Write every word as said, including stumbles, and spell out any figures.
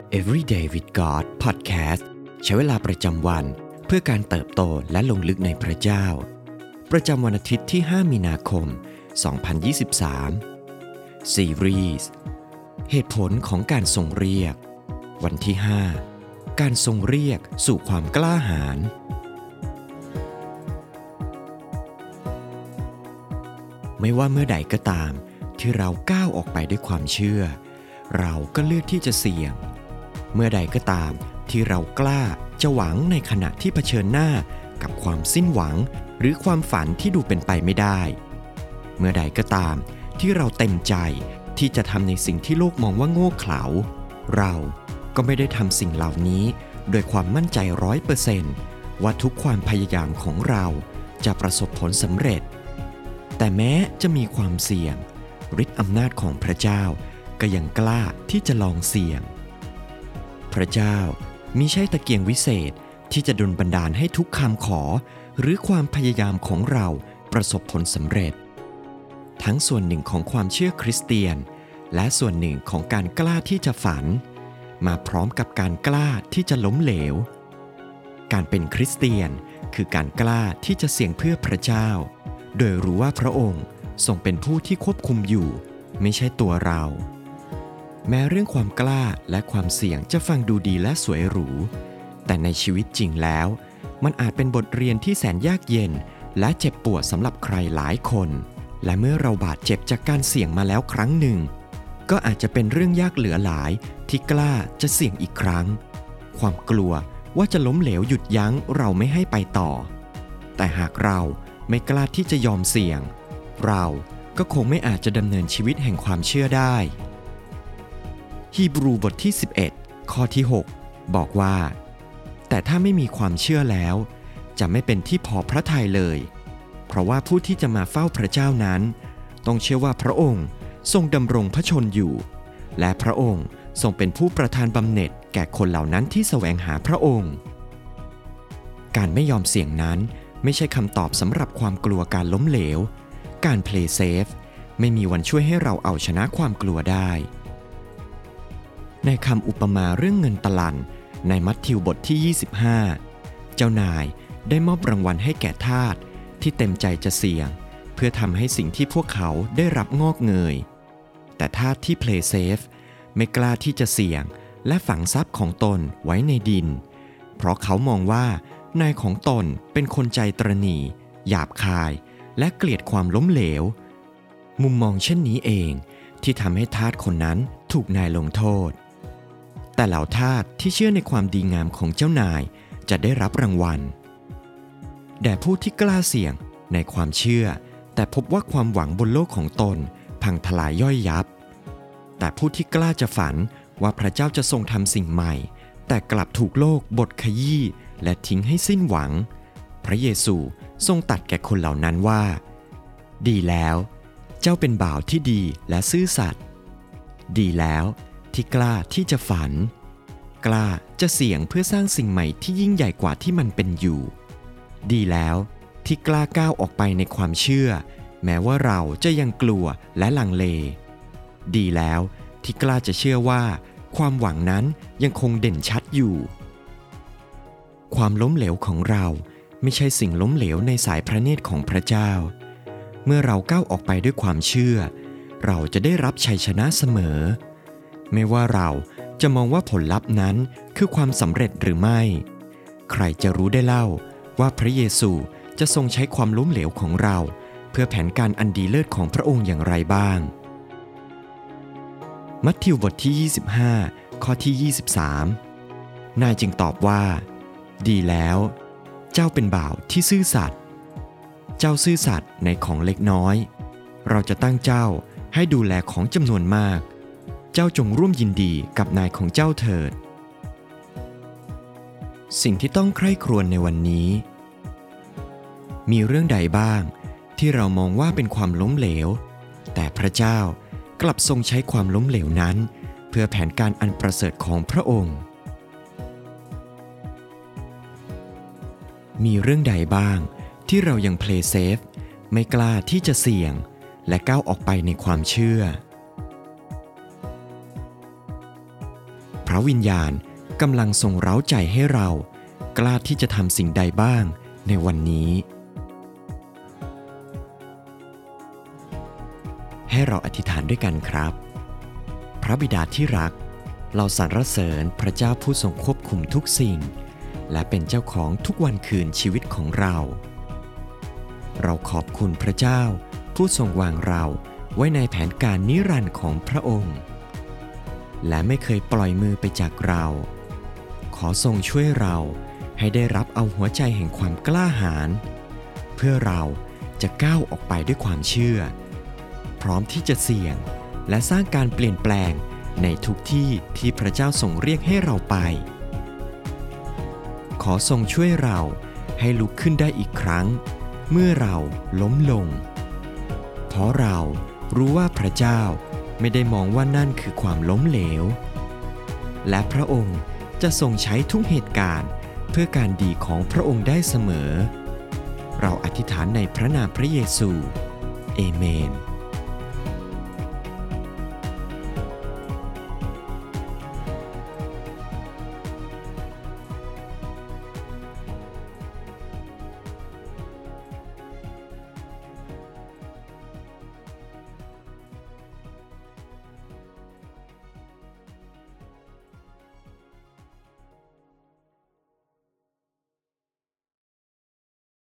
Everyday with God Podcast ใช้เวลาประจำวันเพื่อการเติบโตและลงลึกในพระเจ้าประจำวันอาทิตย์ที่ห้ามีนาคมสองพันยี่สิบสามซีรีส์เหตุผลของการทรงเรียกวันที่ห้าการทรงเรียกสู่ความกล้าหาญไม่ว่าเมื่อใดก็ตามที่เราก้าวออกไปด้วยความเชื่อเราก็เลือกที่จะเสี่ยงเมื่อใดก็ตามที่เรากล้าจะหวังในขณะที่เผชิญหน้ากับความสิ้นหวังหรือความฝันที่ดูเป็นไปไม่ได้เมื่อใดก็ตามที่เราเต็มใจที่จะทำในสิ่งที่โลกมองว่าโง่เขลาเราก็ไม่ได้ทำสิ่งเหล่านี้โดยความมั่นใจร้อยเปอร์เซนต์ว่าทุกความพยายามของเราจะประสบผลสำเร็จแต่แม้จะมีความเสี่ยงฤทธิ์อำนาจของพระเจ้าก็ยังกล้าที่จะลองเสี่ยงพระเจ้ามิใช่ตะเกียงวิเศษที่จะดลบันดาลให้ทุกคำขอหรือความพยายามของเราประสบผลสำเร็จทั้งส่วนหนึ่งของความเชื่อคริสเตียนและส่วนหนึ่งของการกล้าที่จะฝันมาพร้อมกับการกล้าที่จะล้มเหลวการเป็นคริสเตียนคือการกล้าที่จะเสี่ยงเพื่อพระเจ้าโดยรู้ว่าพระองค์ทรงเป็นผู้ที่ควบคุมอยู่ไม่ใช่ตัวเราแม้เรื่องความกล้าและความเสี่ยงจะฟังดูดีและสวยหรูแต่ในชีวิตจริงแล้วมันอาจเป็นบทเรียนที่แสนยากเย็นและเจ็บปวดสำหรับใครหลายคนและเมื่อเราบาดเจ็บจากการเสี่ยงมาแล้วครั้งหนึ่งก็อาจจะเป็นเรื่องยากเหลือหลายที่กล้าจะเสี่ยงอีกครั้งความกลัวว่าจะล้มเหลวหยุดยั้งเราไม่ให้ไปต่อแต่หากเราไม่กล้าที่จะยอมเสี่ยงเราก็คงไม่อาจจะดำเนินชีวิตแห่งความเชื่อได้ฮีบรูบทที่สิบเอ็ดข้อที่หกบอกว่าแต่ถ้าไม่มีความเชื่อแล้วจะไม่เป็นที่พอพระทัยเลยเพราะว่าผู้ที่จะมาเฝ้าพระเจ้านั้นต้องเชื่อว่าพระองค์ทรงดำรงพระชนอยู่และพระองค์ทรงเป็นผู้ประทานบำเหน็จแก่คนเหล่านั้นที่แสวงหาพระองค์การไม่ยอมเสี่ยงนั้นไม่ใช่คำตอบสำหรับความกลัวการล้มเหลวการเพลย์เซฟไม่มีวันช่วยให้เราเอาชนะความกลัวได้ในคำอุปมาเรื่องเงินตะลันในมัทธิวบทที่ยี่สิบห้าเจ้านายได้มอบรางวัลให้แก่ทาสที่เต็มใจจะเสี่ยงเพื่อทำให้สิ่งที่พวกเขาได้รับงอกเงยแต่ทาสที่เพลย์เซฟไม่กล้าที่จะเสี่ยงและฝังทรัพย์ของตนไว้ในดินเพราะเขามองว่านายของตนเป็นคนใจตระหนี่หยาบคายและเกลียดความล้มเหลวมุมมองเช่นนี้เองที่ทำให้ทาสคนนั้นถูกนายลงโทษแต่เหล่าทาสที่เชื่อในความดีงามของเจ้านายจะได้รับรางวัลแด่ผู้ที่กล้าเสี่ยงในความเชื่อแต่พบว่าความหวังบนโลกของตนพังทลายย่อยยับแต่ผู้ที่กล้าจะฝันว่าพระเจ้าจะทรงทำสิ่งใหม่แต่กลับถูกโลกบดขยี้และทิ้งให้สิ้นหวังพระเยซูทรงตรัสแก่คนเหล่านั้นว่าดีแล้วเจ้าเป็นบ่าวที่ดีและซื่อสัตย์ดีแล้วที่กล้าที่จะฝันกล้าจะเสี่ยงเพื่อสร้างสิ่งใหม่ที่ยิ่งใหญ่กว่าที่มันเป็นอยู่ดีแล้วที่กล้าก้าวออกไปในความเชื่อแม้ว่าเราจะยังกลัวและลังเลดีแล้วที่กล้าจะเชื่อว่าความหวังนั้นยังคงเด่นชัดอยู่ความล้มเหลวของเราไม่ใช่สิ่งล้มเหลวในสายพระเนตรของพระเจ้าเมื่อเราก้าวออกไปด้วยความเชื่อเราจะได้รับชัยชนะเสมอไม่ว่าเราจะมองว่าผลลัพธ์นั้นคือความสำเร็จหรือไม่ใครจะรู้ได้เล่าว่าพระเยซูจะทรงใช้ความล้มเหลวของเราเพื่อแผนการอันดีเลิศของพระองค์อย่างไรบ้างมัทธิวบทที่ยี่สิบห้าข้อที่ยี่สิบสามนายจึงตอบว่าดีแล้วเจ้าเป็นบ่าวที่ซื่อสัตย์เจ้าซื่อสัตย์ในของเล็กน้อยเราจะตั้งเจ้าให้ดูแลของจำนวนมากเจ้าจงร่วมยินดีกับนายของเจ้าเถิดสิ่งที่ต้องใคร่ครวญในวันนี้มีเรื่องใดบ้างที่เรามองว่าเป็นความล้มเหลวแต่พระเจ้ากลับทรงใช้ความล้มเหลวนั้นเพื่อแผนการอันประเสริฐของพระองค์มีเรื่องใดบ้างที่เรายังเพลย์เซฟไม่กล้าที่จะเสี่ยงและก้าวออกไปในความเชื่อพระระวิญญาณกำลังทรงเร้าใจให้เรากล้าที่จะทำสิ่งใดบ้างในวันนี้ให้เราอธิษฐานด้วยกันครับพระบิดาที่รักเราสรรเสริญพระเจ้าผู้ทรงควบคุมทุกสิ่งและเป็นเจ้าของทุกวันคืนชีวิตของเราเราขอบคุณพระเจ้าผู้ทรงวางเราไว้ในแผนการนิรันดร์ของพระองค์และไม่เคยปล่อยมือไปจากเราขอทรงช่วยเราให้ได้รับเอาหัวใจแห่งความกล้าหาญเพื่อเราจะก้าวออกไปด้วยความเชื่อพร้อมที่จะเสี่ยงและสร้างการเปลี่ยนแปลงในทุกที่ที่พระเจ้าทรงเรียกให้เราไปขอทรงช่วยเราให้ลุกขึ้นได้อีกครั้งเมื่อเราล้มลงเพราะเรารู้ว่าพระเจ้าไม่ได้มองว่านั่นคือความล้มเหลวและพระองค์จะทรงใช้ทุกเหตุการณ์เพื่อการดีของพระองค์ได้เสมอเราอธิษฐานในพระนามพระเยซูเอเมน